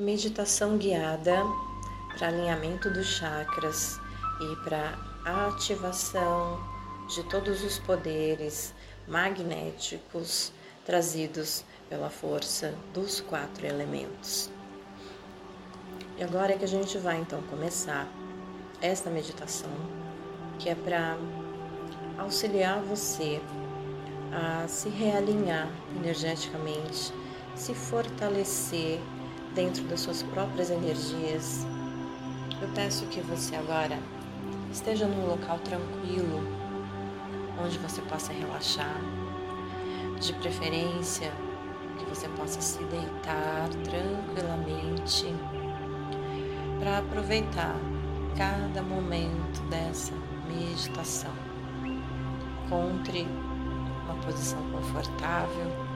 Meditação guiada para alinhamento dos chakras e para ativação de todos os poderes magnéticos trazidos pela força dos 4 elementos. E agora é que a gente vai então começar esta meditação, que é para auxiliar você a se realinhar energeticamente, se fortalecer dentro das suas próprias energias. Eu peço que você agora esteja num local tranquilo, onde você possa relaxar, de preferência que você possa se deitar tranquilamente para aproveitar cada momento dessa meditação. Encontre uma posição confortável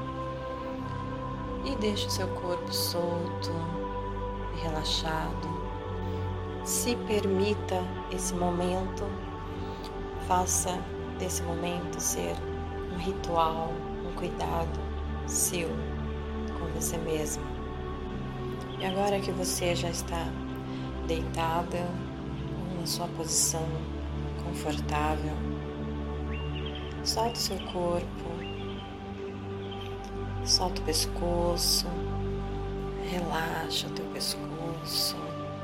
e deixe o seu corpo solto e relaxado. Se permita esse momento, faça desse momento ser um ritual, um cuidado seu com você mesmo. E agora que você já está deitada na sua posição confortável, solte seu corpo, solta o pescoço, relaxa o teu pescoço,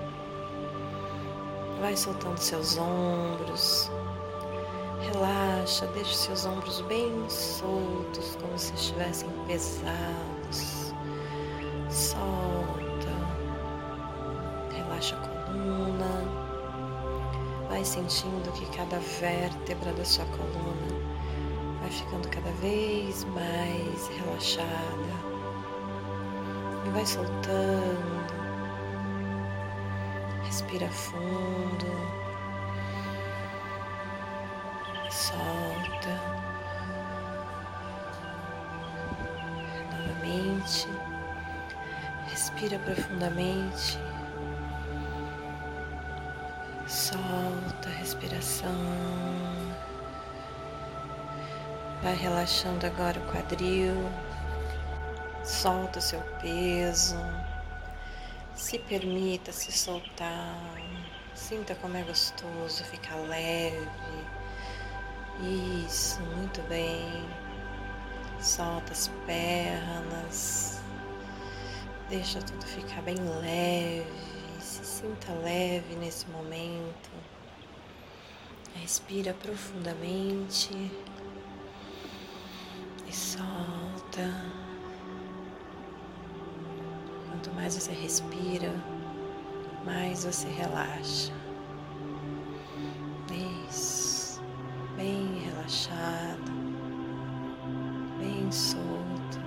vai soltando seus ombros, relaxa, deixa os seus ombros bem soltos, como se estivessem pesados, solta, relaxa a coluna, vai sentindo que cada vértebra da sua coluna vai ficando cada vez mais relaxada e vai soltando. Respira fundo, solta novamente, respira profundamente, solta a respiração. Vai relaxando agora o quadril, solta o seu peso, se permita se soltar, sinta como é gostoso ficar leve. Isso, muito bem. Solta as pernas, deixa tudo ficar bem leve, se sinta leve nesse momento. Respira profundamente e solta. Quanto mais você respira, mais você relaxa. Isso, bem relaxado, bem solto.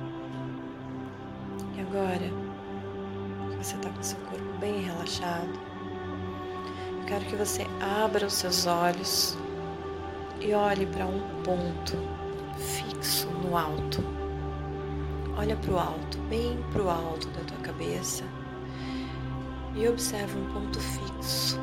E agora que você está com seu corpo bem relaxado, eu quero que você abra os seus olhos e olhe para um ponto fixo no alto. Olha para o alto, bem para o alto da tua cabeça e observa um ponto fixo.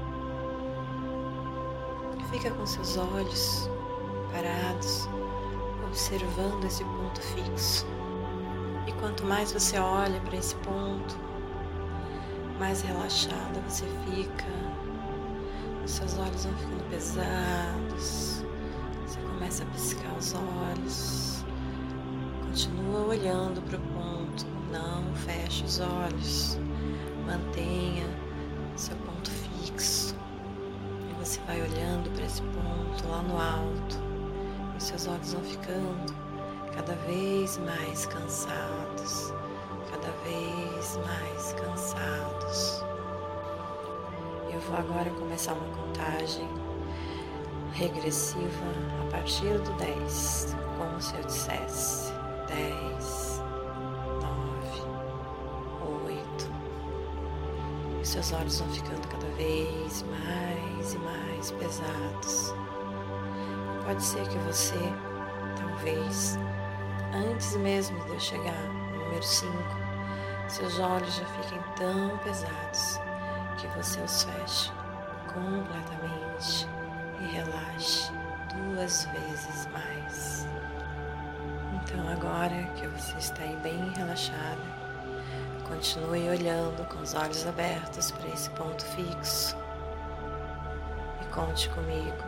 Fica com seus olhos parados, observando esse ponto fixo. E quanto mais você olha para esse ponto, mais relaxada você fica. Os seus olhos vão ficando pesados. Você começa a piscar os olhos. Continua olhando para o ponto, não feche os olhos, mantenha seu ponto fixo. E você vai olhando para esse ponto lá no alto, e os seus olhos vão ficando cada vez mais cansados, cada vez mais cansados. Eu vou agora começar uma contagem regressiva a partir do 10, como se eu dissesse 10, 9, 8. E seus olhos vão ficando cada vez mais e mais pesados. Pode ser que você, talvez, antes mesmo de eu chegar no número 5, seus olhos já fiquem tão pesados que você os feche completamente e relaxe 2 vezes mais. Então agora que você está aí bem relaxada, continue olhando com os olhos abertos para esse ponto fixo e conte comigo.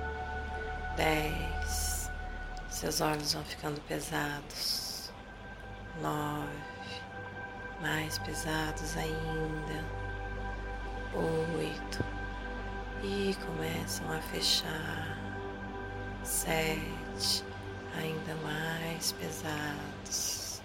10. Seus olhos vão ficando pesados. 9. Mais pesados ainda. 8. E começam a fechar. 7. Ainda mais pesados.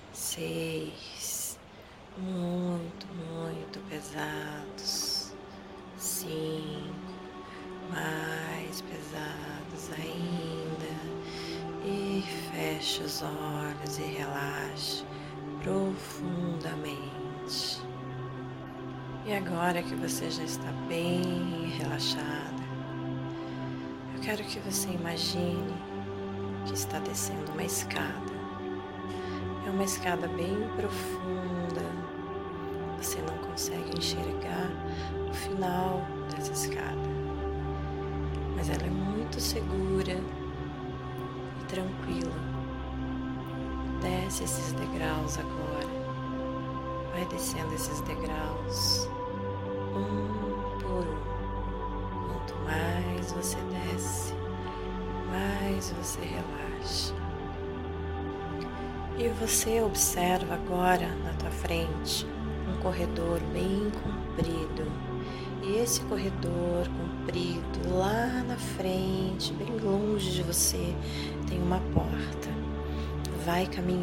6. Muito pesados. 5. Mais pesados ainda. E feche os olhos e relaxe profundamente. E agora que você já está bem relaxada, eu quero que você imagine que está descendo uma escada. É uma escada bem profunda. Você não consegue enxergar o final dessa escada, mas ela é muito segura e tranquila. Desce esses degraus agora. Vai descendo esses degraus, um por um. Quanto mais você desce, mais você relaxa. E você observa agora na tua frente um corredor bem comprido. E esse corredor comprido, lá na frente, bem longe de você, tem uma porta. Vai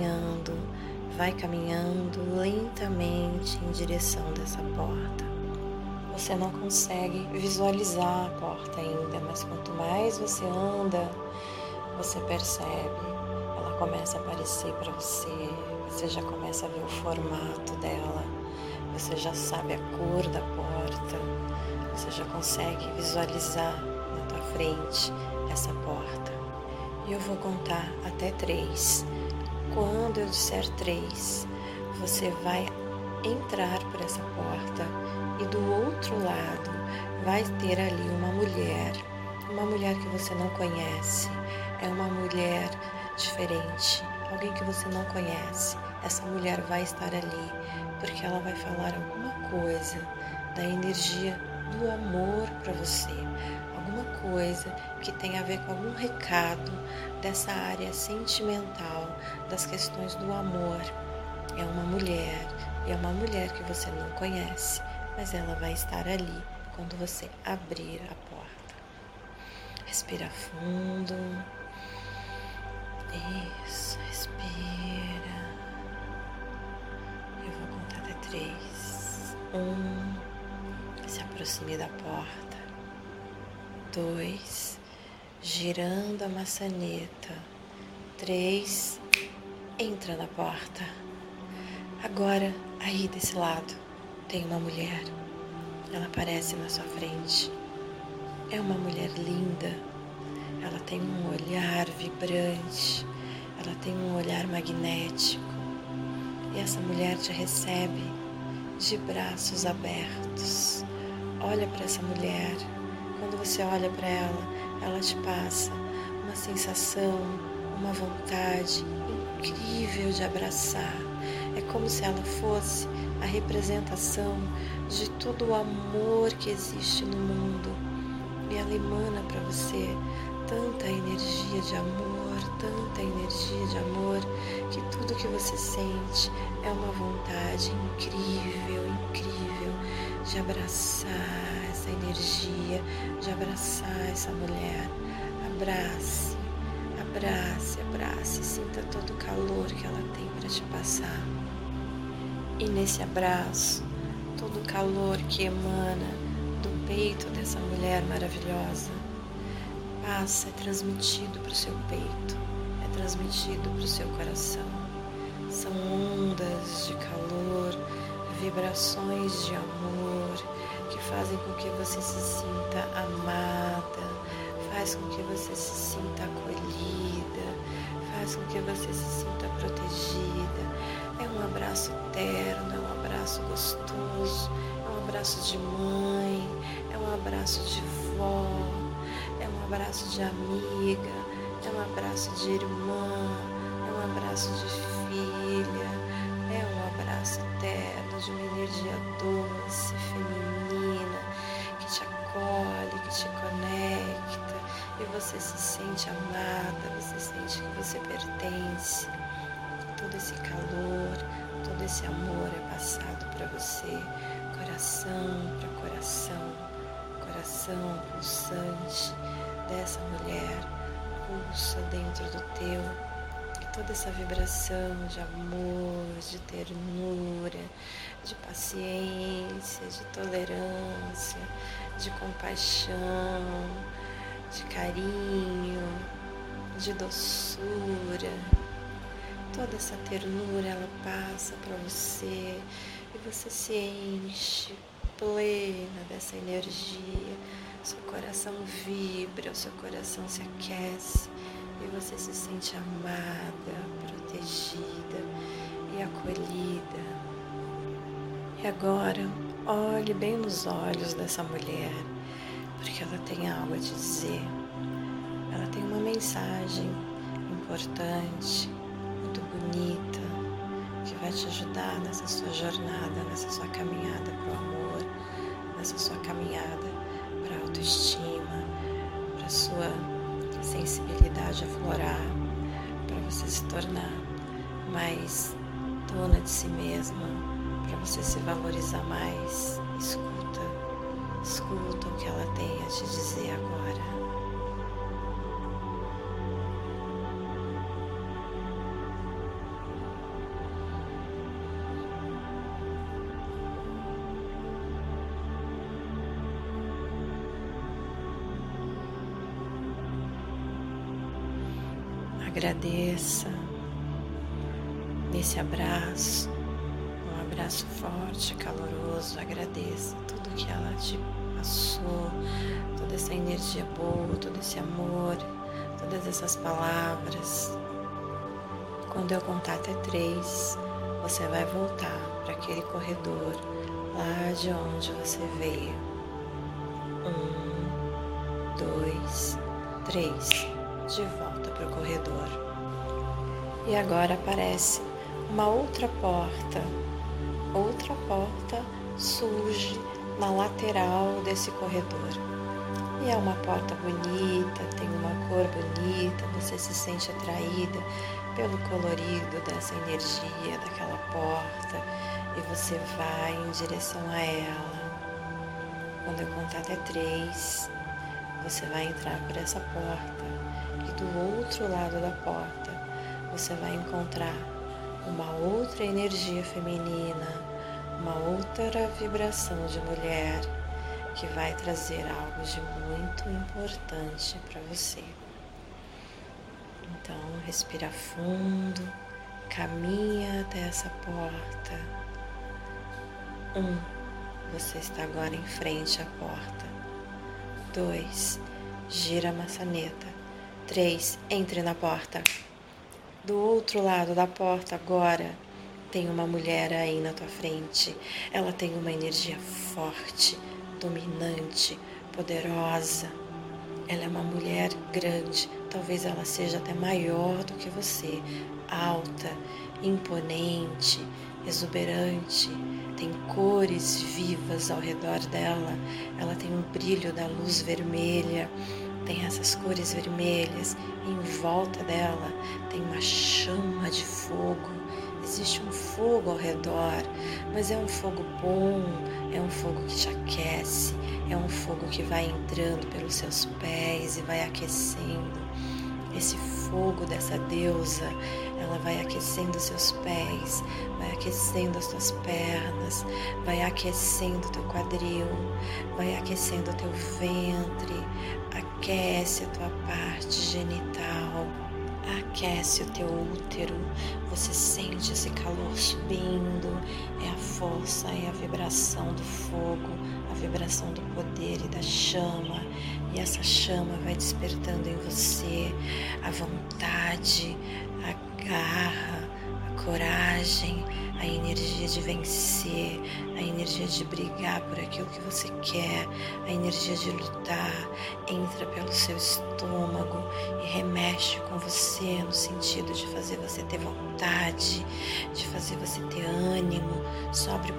caminhando lentamente em direção dessa porta. Você não consegue visualizar a porta ainda, mas quanto mais você anda, você percebe. Ela começa a aparecer para você, você já começa a ver o formato dela, você já sabe a cor da porta, você já consegue visualizar na tua frente essa porta. E eu vou contar até 3. Quando eu disser 3, você vai entrar por essa porta e do outro lado vai ter ali uma mulher que você não conhece, é uma mulher diferente, alguém que você não conhece. Essa mulher vai estar ali porque ela vai falar alguma coisa da energia do amor para você, alguma coisa que tem a ver com algum recado dessa área sentimental, das questões do amor. É uma mulher, e é uma mulher que você não conhece, mas ela vai estar ali quando você abrir a porta. Respira fundo. Isso, respira. Eu vou contar até 3. 1, se aproxime da porta. 2, girando a maçaneta. 3, entra na porta. Agora, aí desse lado, tem uma mulher. Ela aparece na sua frente. É uma mulher linda. Ela tem um olhar vibrante. Ela tem um olhar magnético. E essa mulher te recebe de braços abertos. Olha para essa mulher. Quando você olha para ela, ela te passa uma sensação, uma vontade incrível de abraçar. É como se ela fosse a representação de todo o amor que existe no mundo. E ela emana para você tanta energia de amor, que tudo que você sente é uma vontade incrível de abraçar essa energia, de abraçar essa mulher. Abrace, sinta todo o calor que ela tem para te passar. E nesse abraço, todo o calor que emana do peito dessa mulher maravilhosa passa, é transmitido para o seu peito, é transmitido para o seu coração. São ondas de calor, vibrações de amor que fazem com que você se sinta amada, faz com que você se sinta acolhida, faz com que você se sinta protegida. É um abraço terno, é um abraço gostoso, é um abraço de mãe, é um abraço de vó, é um abraço de amiga, é um abraço de irmã, é um abraço de filha, é um abraço terno. energia doce, feminina, que te acolhe, que te conecta, e você se sente amada, você sente que você pertence. Todo esse calor, todo esse amor é passado para você, coração para coração, coração pulsante dessa mulher pulsa dentro do teu, e toda essa vibração de amor, de ternura, de paciência, de tolerância, de compaixão, de carinho, de doçura. Toda essa ternura ela passa para você e você se enche plena dessa energia. Seu coração vibra, o seu coração se aquece e você se sente amada, protegida e acolhida. E agora, olhe bem nos olhos dessa mulher, porque ela tem algo a te dizer. Ela tem uma mensagem importante, muito bonita, que vai te ajudar nessa sua jornada, nessa sua caminhada para o amor, nessa sua caminhada para a autoestima, para a sua sensibilidade aflorar, para você se tornar mais dona de si mesma, para você se valorizar mais. Escuta o que ela tem a te dizer agora. Agradeça nesse abraço, um abraço forte, caloroso. Agradeça tudo que ela te passou, toda essa energia boa, todo esse amor, todas essas palavras. Quando eu contar até 3, você vai voltar para aquele corredor lá de onde você veio. 1, 2, 3. De volta para o corredor. E agora aparece uma outra porta surge na lateral desse corredor. E é uma porta bonita, tem uma cor bonita, você se sente atraída pelo colorido dessa energia, daquela porta, e você vai em direção a ela. Quando eu contar até 3, você vai entrar por essa porta. E do outro lado da porta, você vai encontrar uma outra energia feminina, uma outra vibração de mulher, que vai trazer algo de muito importante para você. Então, respira fundo, caminha até essa porta. 1, você está agora em frente à porta. 2, gira a maçaneta. 3, entre na porta. Do outro lado da porta agora tem uma mulher aí na tua frente. Ela tem uma energia forte, dominante, poderosa. Ela é uma mulher grande, talvez ela seja até maior do que você, alta, imponente, exuberante. Tem cores vivas ao redor dela. Ela tem um brilho da luz vermelha. Tem essas cores vermelhas, e em volta dela tem uma chama de fogo. Existe um fogo ao redor, mas é um fogo bom, é um fogo que te aquece, é um fogo que vai entrando pelos seus pés e vai aquecendo. Esse fogo dessa deusa, ela vai aquecendo seus pés, vai aquecendo as tuas pernas, vai aquecendo teu quadril, vai aquecendo teu ventre, aquece a tua parte genital, aquece o teu útero. Você sente esse calor subindo, é a força, é a vibração do fogo, a vibração do poder e da chama. E essa chama vai despertando em você a vontade, a garra, a coragem, a energia de vencer, a energia de brigar por aquilo que você quer, a energia de lutar. Entra pelo seu estômago e remexe com você no sentido de fazer você ter vontade, de fazer você ter ânimo. Sobe por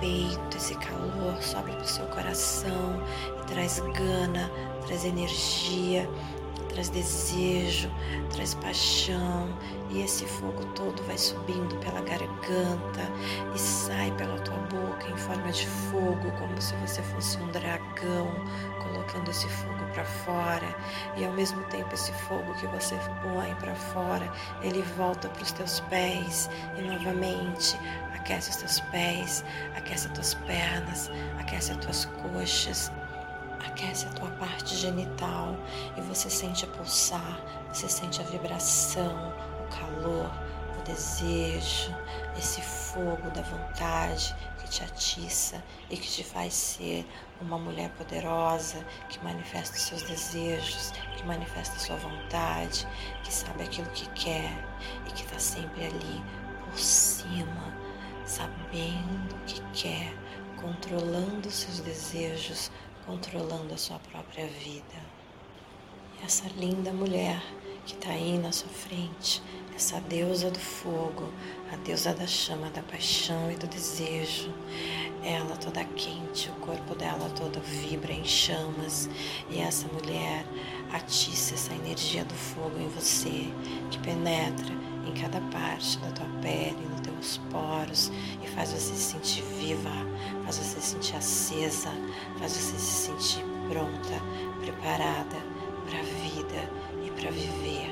peito, esse calor sobe para o seu coração e traz gana, traz energia, traz desejo, traz paixão, e esse fogo todo vai subindo pela garganta e sai pela tua boca em forma de fogo, como se você fosse um dragão, colocando esse fogo para fora. E ao mesmo tempo esse fogo que você põe para fora, ele volta para os teus pés e novamente aquece os teus pés, aquece as tuas pernas, aquece as tuas coxas, aquece a tua parte genital e você sente a pulsar, você sente a vibração, o calor, o desejo, esse fogo da vontade que te atiça e que te faz ser uma mulher poderosa, que manifesta os seus desejos, que manifesta a sua vontade, que sabe aquilo que quer e que está sempre ali por cima, sabendo o que quer, controlando os seus desejos, controlando a sua própria vida. E essa linda mulher que está aí na sua frente, essa deusa do fogo, a deusa da chama, da paixão e do desejo, ela toda quente, o corpo dela todo vibra em chamas, e essa mulher atiça essa energia do fogo em você, que penetra em cada parte da tua pele, nos teus poros, e faz você se sentir viva, faz você se sentir acesa, faz você se sentir pronta, preparada para a vida e para viver.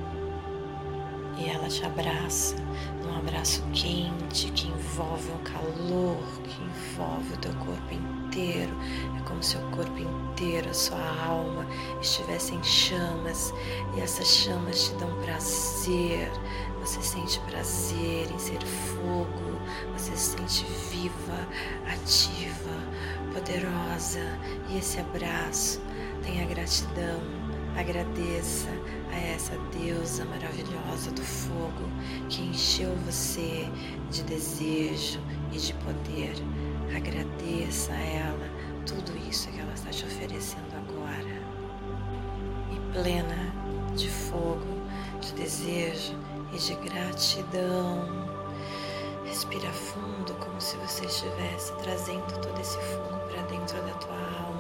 E ela te abraça num abraço quente que envolve um calor, que envolve o teu corpo inteiro. É como se o corpo inteiro, a sua alma, estivesse em chamas, e essas chamas te dão prazer. Você sente prazer em ser fogo, você se sente viva, ativa, poderosa. E esse abraço tem a gratidão. Agradeça a essa deusa maravilhosa do fogo que encheu você de desejo e de poder. Agradeça a ela tudo isso que ela está te oferecendo agora. E plena de fogo, de desejo e de gratidão, respira fundo como se você estivesse trazendo todo esse fogo para dentro da tua alma.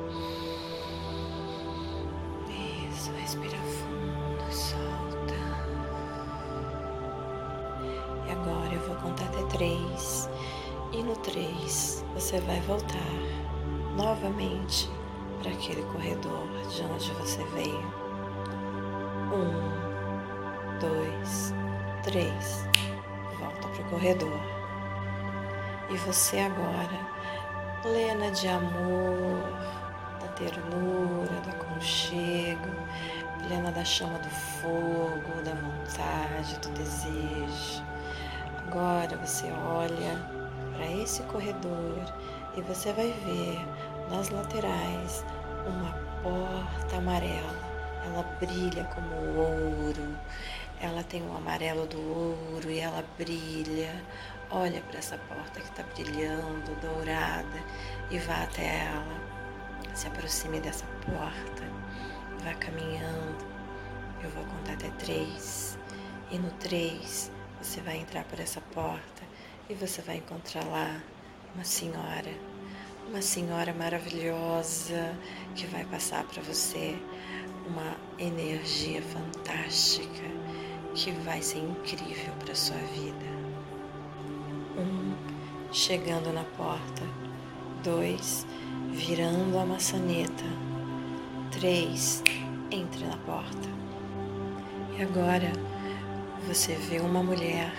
Respira fundo, solta. E agora eu vou contar até 3. E no 3 você vai voltar novamente para aquele corredor de onde você veio. 1, 2, 3. Volta para o corredor. E você agora, plena de amor, da ternura, do aconchego, plena da chama do fogo, da vontade, do desejo. Agora você olha para esse corredor e você vai ver nas laterais uma porta amarela. Ela brilha como ouro, ela tem o amarelo do ouro e ela brilha. Olha para essa porta que está brilhando, dourada, e vá até ela. Se aproxime dessa porta, vá caminhando. Eu vou contar até 3. E no 3 você vai entrar por essa porta e você vai encontrar lá uma senhora maravilhosa que vai passar para você uma energia fantástica que vai ser incrível para sua vida. 1, chegando na porta. 2, virando a maçaneta. 3, entre na porta. E agora você vê uma mulher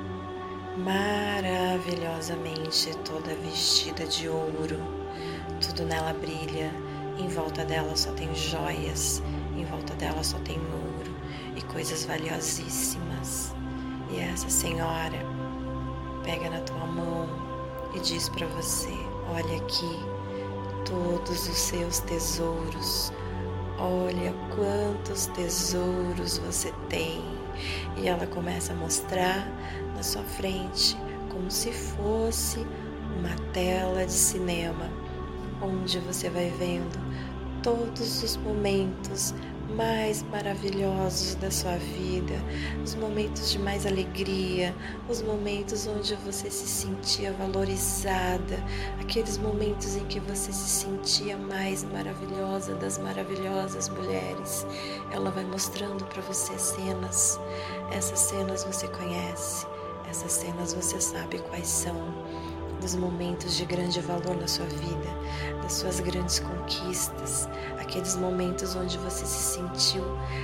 maravilhosamente toda vestida de ouro. Tudo nela brilha. Em volta dela só tem joias. Em volta dela só tem ouro e coisas valiosíssimas. E essa senhora pega na tua mão e diz para você: olha aqui todos os seus tesouros. Olha quantos tesouros você tem. E ela começa a mostrar na sua frente como se fosse uma tela de cinema, onde você vai vendo todos os momentos mais maravilhosos da sua vida, os momentos de mais alegria, os momentos onde você se sentia valorizada, aqueles momentos em que você se sentia mais maravilhosa das maravilhosas mulheres. Ela vai mostrando para você cenas. Essas cenas você conhece, essas cenas você sabe quais são. Dos momentos de grande valor na sua vida, das suas grandes conquistas, aqueles momentos onde você se sentiu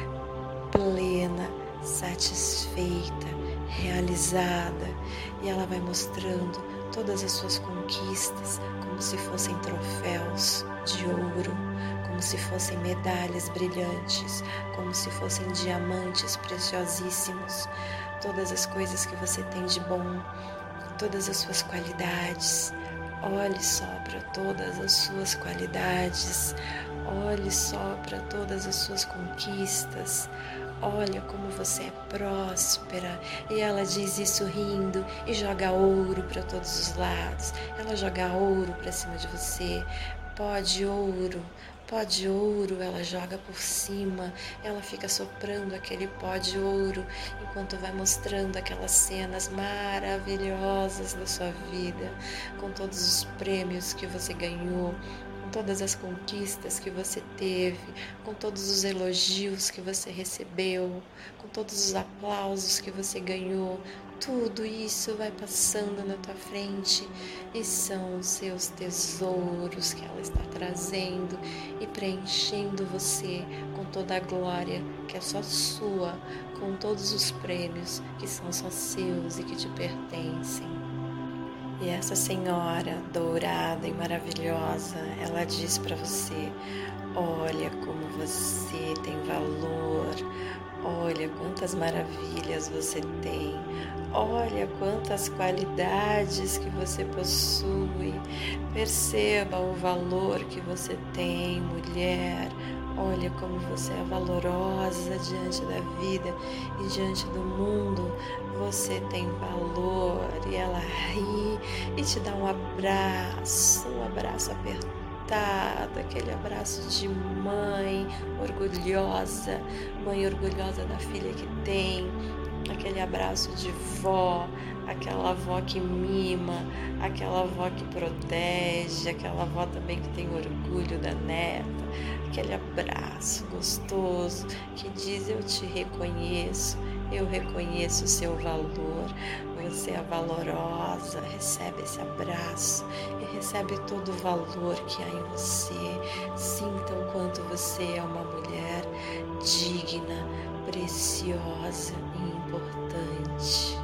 plena, satisfeita, realizada, e ela vai mostrando todas as suas conquistas como se fossem troféus de ouro, como se fossem medalhas brilhantes, como se fossem diamantes preciosíssimos, todas as coisas que você tem de bom, todas as suas qualidades. Olhe só para todas as suas qualidades, olhe só para todas as suas conquistas, olha como você é próspera. E ela diz isso rindo e joga ouro para todos os lados, ela joga ouro para cima de você, pó de ouro, ela joga por cima, ela fica soprando aquele pó de ouro enquanto vai mostrando aquelas cenas maravilhosas da sua vida, com todos os prêmios que você ganhou, com todas as conquistas que você teve, com todos os elogios que você recebeu, com todos os aplausos que você ganhou. Tudo isso vai passando na tua frente e são os seus tesouros que ela está trazendo e preenchendo você com toda a glória que é só sua, com todos os prêmios que são só seus e que te pertencem. E essa senhora dourada e maravilhosa, ela diz para você: olha como você tem valor, olha quantas maravilhas você tem, olha quantas qualidades que você possui, perceba o valor que você tem, mulher. Olha como você é valorosa diante da vida e diante do mundo. Você tem valor. E ela ri e te dá um abraço apertado, aquele abraço de mãe orgulhosa da filha que tem, aquele abraço de vó, aquela avó que mima, aquela avó que protege, aquela avó também que tem orgulho da neta, aquele abraço gostoso que diz: eu te reconheço, eu reconheço o seu valor, você é valorosa. Recebe esse abraço e recebe todo o valor que há em você. Sinta o quanto você é uma mulher digna, preciosa e importante.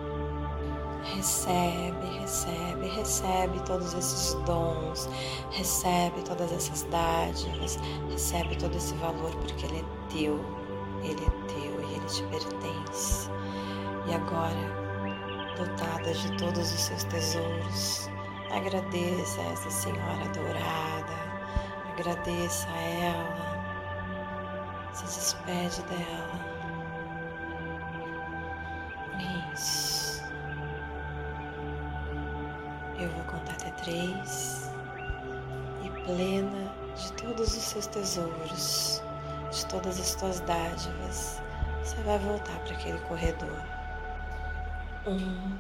Recebe todos esses dons, recebe todas essas dádivas, recebe todo esse valor, porque ele é teu e ele te pertence. E agora, dotada de todos os seus tesouros, agradeça a essa senhora dourada, agradeça a ela, se despede dela. Isso. Eu vou contar até 3 e plena de todos os seus tesouros, de todas as tuas dádivas, você vai voltar para aquele corredor. 1,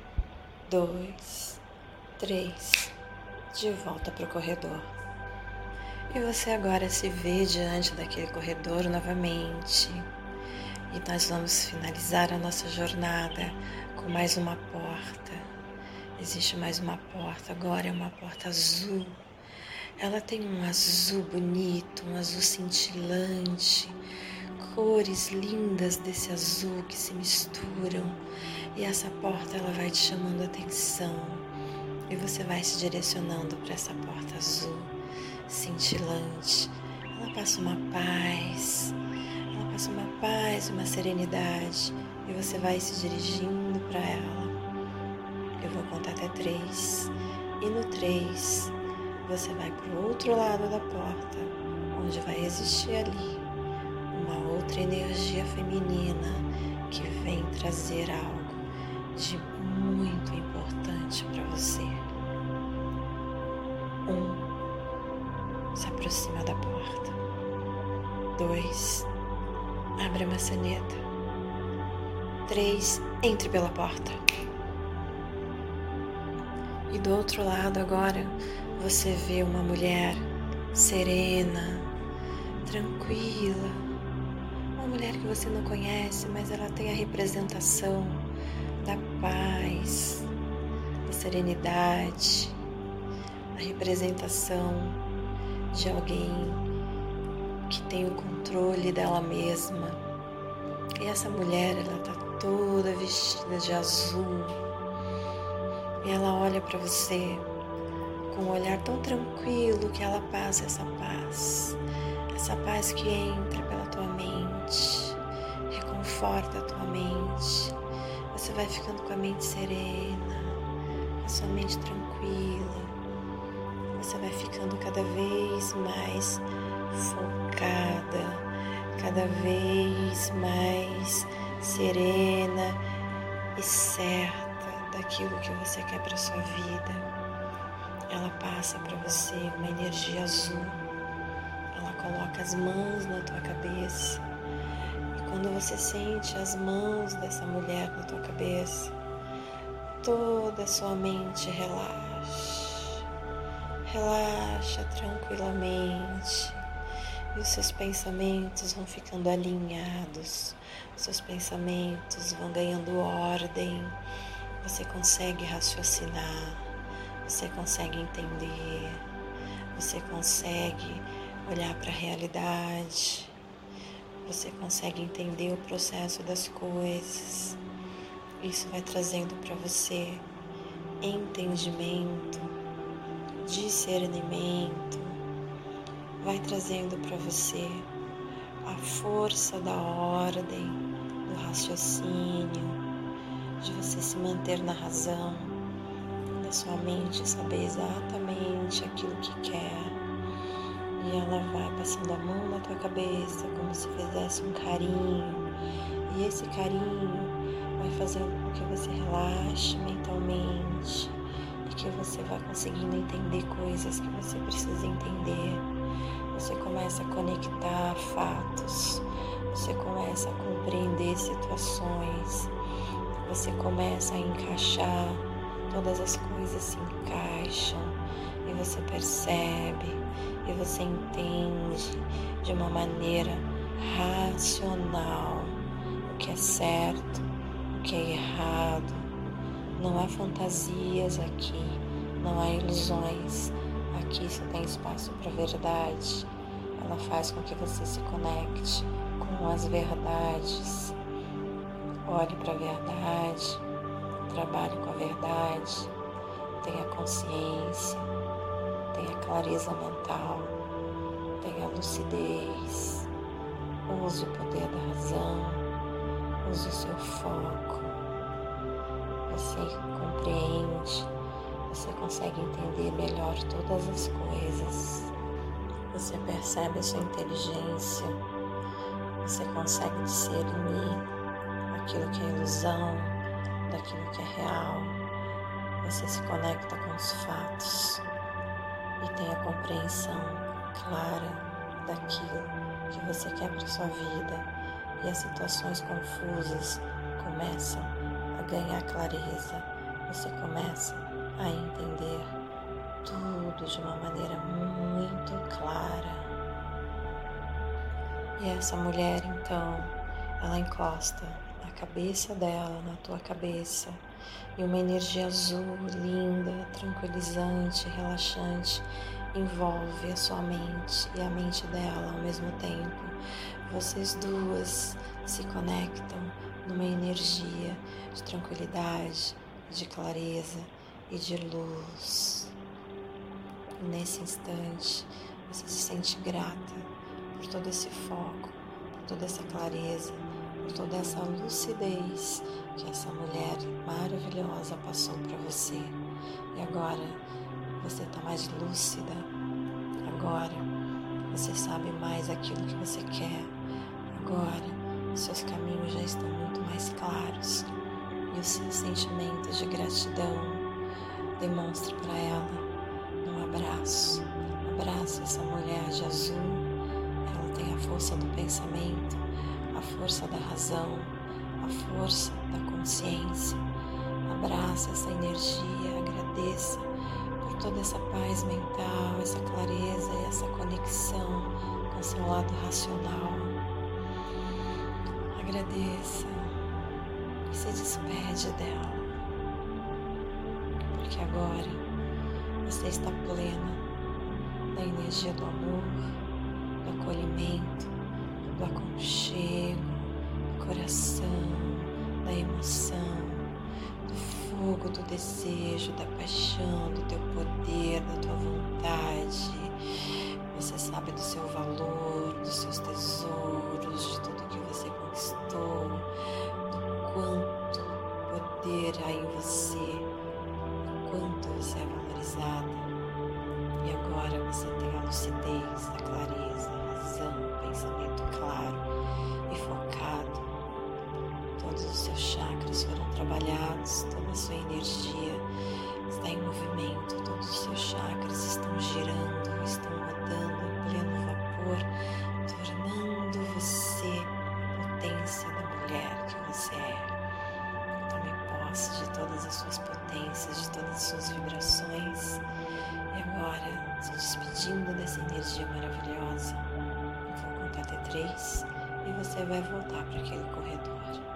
2, 3, de volta para o corredor. E você agora se vê diante daquele corredor novamente. E nós vamos finalizar a nossa jornada com mais uma porta. Existe mais uma porta, agora é uma porta azul. Ela tem um azul bonito, um azul cintilante, cores lindas desse azul que se misturam. E essa porta, ela vai te chamando a atenção. E você vai se direcionando para essa porta azul, cintilante. Ela passa uma paz, uma serenidade. E você vai se dirigindo para ela. Eu vou contar até 3. E no 3, você vai para o outro lado da porta, onde vai existir ali uma outra energia feminina que vem trazer algo de muito importante para você. 1, se aproxima da porta. 2, abra a maçaneta. 3, entre pela porta. E do outro lado agora você vê uma mulher serena, tranquila, uma mulher que você não conhece, mas ela tem a representação da paz, da serenidade, a representação de alguém que tem o controle dela mesma. E essa mulher, ela tá toda vestida de azul. E ela olha para você com um olhar tão tranquilo que ela passa essa paz que entra pela tua mente, reconforta a tua mente. Você vai ficando com a mente serena, a sua mente tranquila. Você vai ficando cada vez mais focada, cada vez mais serena e certa daquilo que você quer para sua vida. Ela passa para você uma energia azul. Ela coloca as mãos na tua cabeça. E quando você sente as mãos dessa mulher na tua cabeça, toda a sua mente relaxa. Relaxa tranquilamente. E os seus pensamentos vão ficando alinhados. Os seus pensamentos vão ganhando ordem. Você consegue raciocinar, você consegue entender, você consegue olhar para a realidade, você consegue entender o processo das coisas. Isso vai trazendo para você entendimento, discernimento, vai trazendo para você a força da ordem, do raciocínio, de você se manter na razão, da sua mente saber exatamente aquilo que quer. E ela vai passando a mão na tua cabeça como se fizesse um carinho. E esse carinho vai fazendo com que você relaxe mentalmente e que você vá conseguindo entender coisas que você precisa entender. Você começa a conectar fatos, você começa a compreender situações. Você começa a encaixar, todas as coisas se encaixam e você percebe e você entende de uma maneira racional o que é certo, o que é errado. Não há fantasias aqui, não há ilusões. Aqui só tem espaço para a verdade. Ela faz com que você se conecte com as verdades. Olhe para a verdade, trabalhe com a verdade, tenha consciência, tenha clareza mental, tenha lucidez, use o poder da razão, use o seu foco. Você compreende, você consegue entender melhor todas as coisas, você percebe a sua inteligência, você consegue discernir aquilo que é ilusão, daquilo que é real. Você se conecta com os fatos e tem a compreensão clara daquilo que você quer para sua vida. E as situações confusas começam a ganhar clareza. Você começa a entender tudo de uma maneira muito clara. E essa mulher, então, ela encosta a cabeça dela na tua cabeça e uma energia azul linda, tranquilizante, relaxante envolve a sua mente e a mente dela ao mesmo tempo. Vocês duas se conectam numa energia de tranquilidade, de clareza e de luz. E nesse instante você se sente grata por todo esse foco, por toda essa clareza, por toda essa lucidez que essa mulher maravilhosa passou para você. E agora você está mais lúcida, agora você sabe mais aquilo que você quer, agora seus caminhos já estão muito mais claros e os seus sentimentos de gratidão demonstre para ela um abraço. Abraça essa mulher de azul, ela tem a força do pensamento, a força da razão, a força da consciência. Abraça essa energia, agradeça por toda essa paz mental, essa clareza e essa conexão com seu lado racional. Agradeça e se despede dela, porque agora você está plena da energia do amor, do acolhimento, do aconchego, do coração, da emoção, do fogo, do desejo, da paixão, do teu poder, da tua vontade. Você sabe do seu valor, dos seus tesouros, de tudo que você conquistou, do quanto poder há em você, do quanto você é valorizada. E agora você tem a lucidez, a clareza, a razão, o pensamento claro e focado. Todos os seus chakras foram trabalhados, toda a sua energia está em movimento, todos os seus chakras estão girando, estão rodando em pleno vapor, tornando você a potência da mulher que você é. Tome posse de todas as suas potências, de todas as suas vibrações. E agora, se despedindo dessa energia maravilhosa, eu vou contar até 3 e você vai voltar para aquele corredor.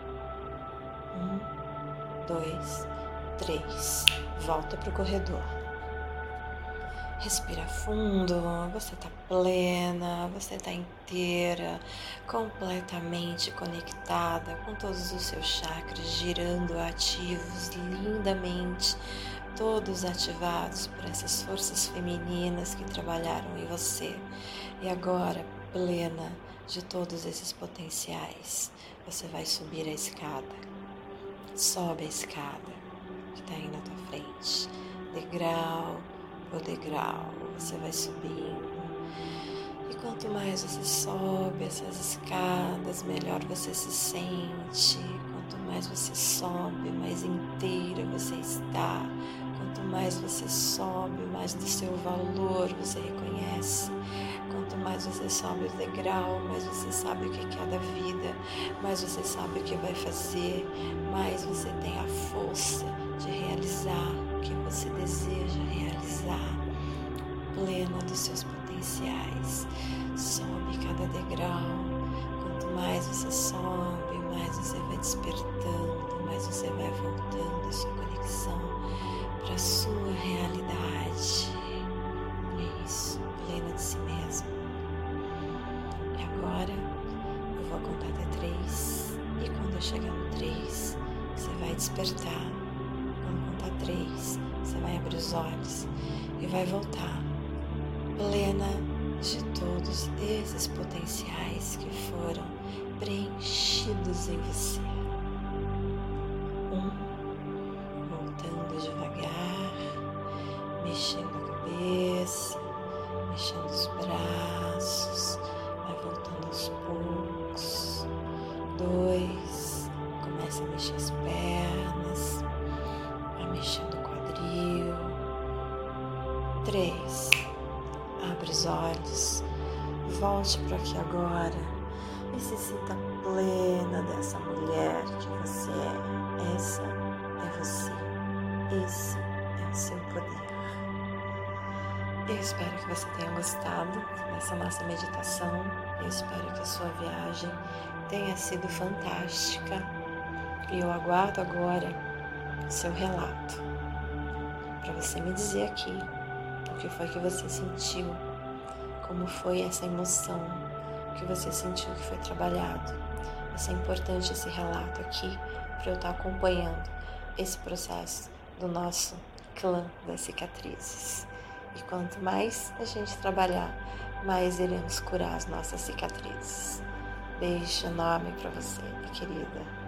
1, 2, 3. Volta para o corredor. Respira fundo, você está plena, você está inteira, completamente conectada com todos os seus chakras girando ativos lindamente, todos ativados por essas forças femininas que trabalharam em você. E agora, plena de todos esses potenciais, você vai subir a escada. Sobe a escada que está aí na tua frente, degrau por degrau, você vai subindo. E quanto mais você sobe essas escadas, melhor você se sente. Quanto mais você sobe, mais inteira você está. Quanto mais você sobe, mais do seu valor você reconhece. Quanto mais você sobe o degrau, mais você sabe o que é cada vida, mais você sabe o que vai fazer, mais você tem a força de realizar o que você deseja realizar, plena dos seus potenciais. Sobe cada degrau. Quanto mais você sobe, mais você vai despertando, mais você vai voltando a sua conexão para a sua realidade. É isso, plena de si mesmo. E agora eu vou contar até 3 e quando eu chegar no 3, você vai despertar. Quando contar 3, você vai abrir os olhos e vai voltar plena de todos esses potenciais que foram preenchidos em você. 1, voltando devagar, mexendo a cabeça, mexendo os braços, vai voltando aos poucos. 2, começa a mexer as pernas, vai mexendo o quadril. 3, abre os olhos, volte para aqui agora e se sinta plena dessa mulher que você é. Essa é você, esse é o seu poder. Eu espero que você tenha gostado dessa nossa meditação. Eu espero que a sua viagem tenha sido fantástica e eu aguardo agora seu relato para você me dizer aqui o que foi que você sentiu, como foi essa emoção que você sentiu que foi trabalhado. Vai ser importante esse relato aqui para eu estar acompanhando esse processo do nosso clã das cicatrizes. E quanto mais a gente trabalhar, mais iremos curar as nossas cicatrizes. Beijo enorme para você, minha querida.